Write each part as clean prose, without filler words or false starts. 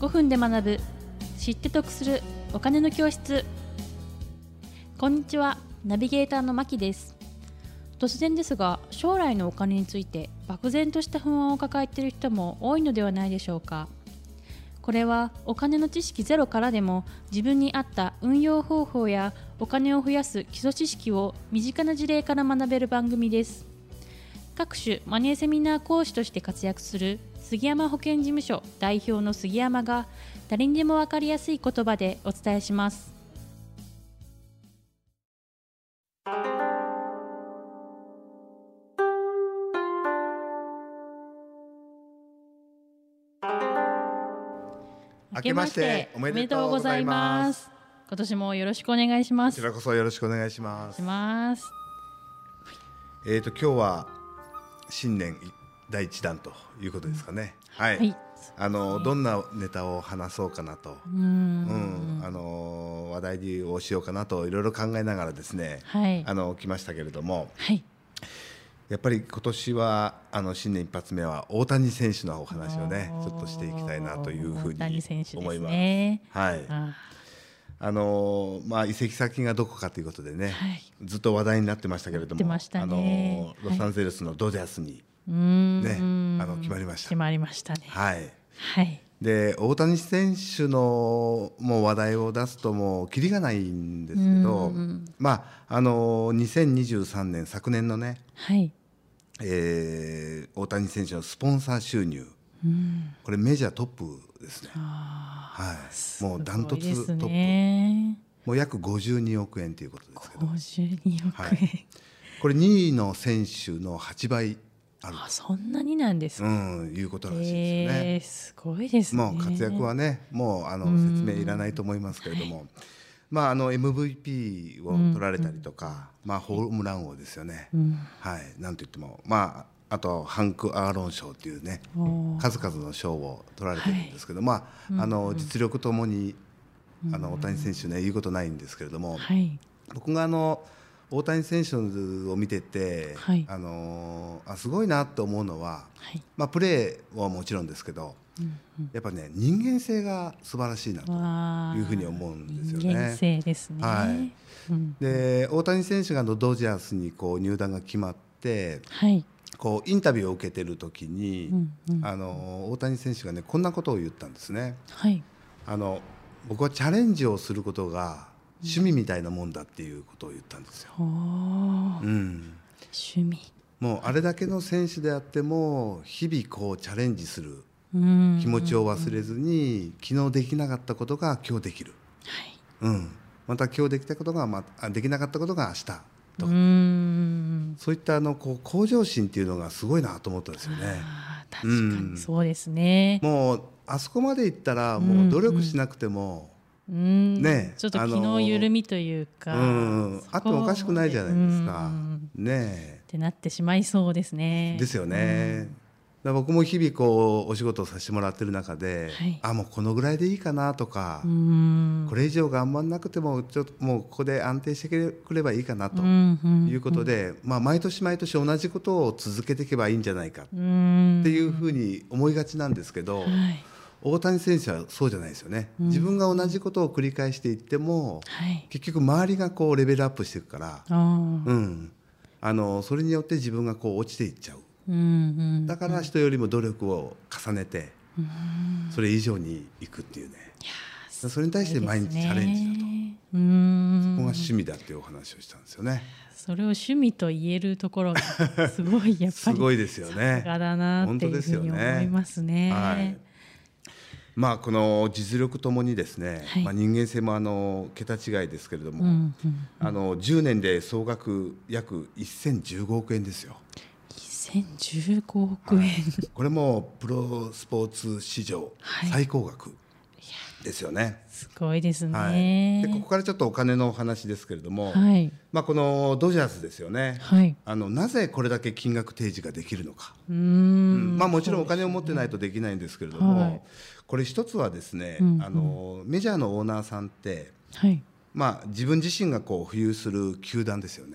5分で学ぶ、知って得するお金の教室。こんにちは、ナビゲーターのまきです。突然ですが、将来のお金について漠然とした不安を抱えている人も多いのではないでしょうか。これはお金の知識ゼロからでも自分に合った運用方法やお金を増やす基礎知識を身近な事例から学べる番組です。各種マネーセミナー講師として活躍する杉山保険事務所代表の杉山が誰にでも分かりやすい言葉でお伝えします。 明けましておめでとうございます。 今年もよろしくお願いします。 こちらこそよろしくお願いします。今日は新年第一弾ということですかね。はい。どんなネタを話そうかなと、話題をしようかなといろいろ考えながらですね、来ましたけれども、やっぱり今年は新年一発目は大谷選手のお話をねちょっとしていきたいなというふうに思います。移籍先がどこかということでね、ずっと話題になってましたけれども、ロサンゼルスのドジャースに決まりました。 決まりましたね。 で大谷選手のもう話題を出すともうキリがないんですけど、2023年昨年のね、大谷選手のスポンサー収入、これメジャートップですね。もうダントツトップ、もう約52億円ということですけど、 52億円、 これ2位の選手の8倍ある。 そんなになんですか。 いうことらしいですよね。 すごいですね。 もう活躍はね、もう説明いらないと思いますけれども、MVP を取られたりとか、ホームラン王ですよね。なんといってもあとハンク・アーロン賞というね、数々の賞を取られてるんですけど、実力ともに大谷選手ね言うことないんですけれども、僕が大谷選手を見てて、すごいなと思うのは、プレーはもちろんですけど、やっぱね人間性が素晴らしいなというふうに思うんですよね。 人間性ですね。 で大谷選手がドジャースに入団が決まって、インタビューを受けてる時に、大谷選手がねこんなことを言ったんですね。僕はチャレンジをすることが趣味みたいなもんだっていうことを言ったんですよ。 趣味、 もうあれだけの選手であっても日々チャレンジする気持ちを忘れずに、昨日できなかったことが今日できる、また今日できたことができなかったことが明日とか、そういった向上心っていうのがすごいなと思ったんですよね。 確かにそうですね。 もうあそこまでいったらもう努力しなくても、 ちょっと気の緩みというか、 あってもおかしくないじゃないですか。 ってなってしまいそうですね。 ですよね。僕も日々お仕事をさせてもらってる中で、もうこのぐらいでいいかなとか、これ以上頑張んなくてもちょっともうここで安定してくればいいかなということで、毎年毎年同じことを続けていけばいいんじゃないかっていうふうに思いがちなんですけど、大谷選手はそうじゃないですよね。自分が同じことを繰り返していっても、結局周りがレベルアップしていくから、それによって自分が落ちていっちゃう。だから人よりも努力を重ねて、それ以上にいくっていうね。それに対して毎日チャレンジだと、そこが趣味だっていうお話をしたんですよね。 それを趣味と言えるところがすごいやっぱりすごいですよね。 さすがだなっていうふうに思いますね。 この実力ともにですね、人間性も桁違いですけれども、10年で総額約1015億円ですよ。 1015億円、 これもプロスポーツ史上最高額ですよね。 すごいですね。 でここからちょっとお金のお話ですけれども、このドジャースですよね。なぜこれだけ金額提示ができるのか。もちろんお金を持ってないとできないんですけれども、これ一つはですね、メジャーのオーナーさんって、自分自身が保有する球団ですよね。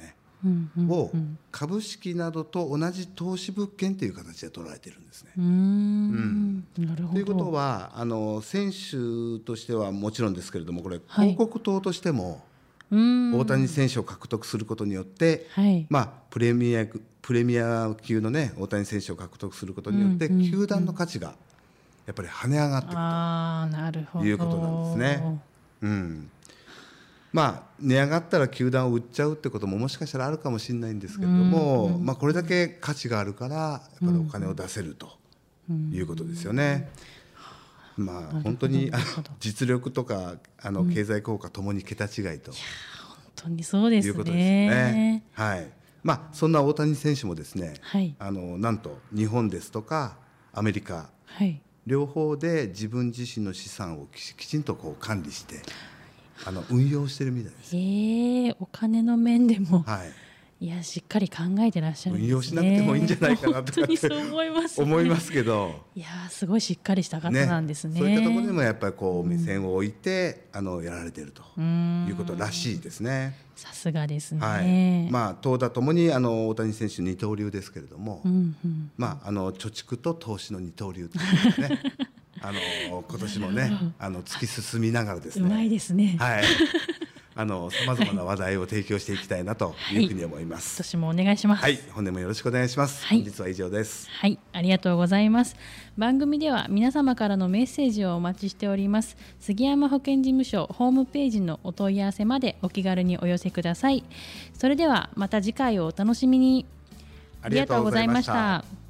を株式などと同じ投資物件という形で取られているんですね。 なるほど。 ということは選手としてはもちろんですけれども、これ広告塔としても大谷選手を獲得することによって、プレミア級のね大谷選手を獲得することによって、球団の価値がやっぱり跳ね上がっていくということなんですね。値上がったら球団を売っちゃうってことももしかしたらあるかもしれないんですけれども、これだけ価値があるからやっぱりお金を出せるということですよね。本当に実力とか経済効果ともに桁違いということですよね。そんな大谷選手もですね、なんと日本ですとかアメリカ、両方で自分自身の資産をきちんと管理して運用してるみたいです。 お金の面でも、いやしっかり考えてらっしゃるんですね。 運用しなくてもいいんじゃないかなとかってそう思いますね。 思いますけど、 いやすごいしっかりした方なんですね。 そういったところでもやっぱり目線を置いてやられているということらしいですね。 さすがですね。 投打ともに大谷選手二刀流ですけれども、貯蓄と投資の二刀流というね今年もね突き進みながらですね、 うまいですね。 さまざまな話題を提供していきたいなというふうに思います。 今年もお願いします。 本年もよろしくお願いします。本日は以上です。 ありがとうございます。番組では皆様からのメッセージをお待ちしております。杉山保健事務所ホームページのお問い合わせまでお気軽にお寄せください。それではまた次回をお楽しみに。ありがとうございました。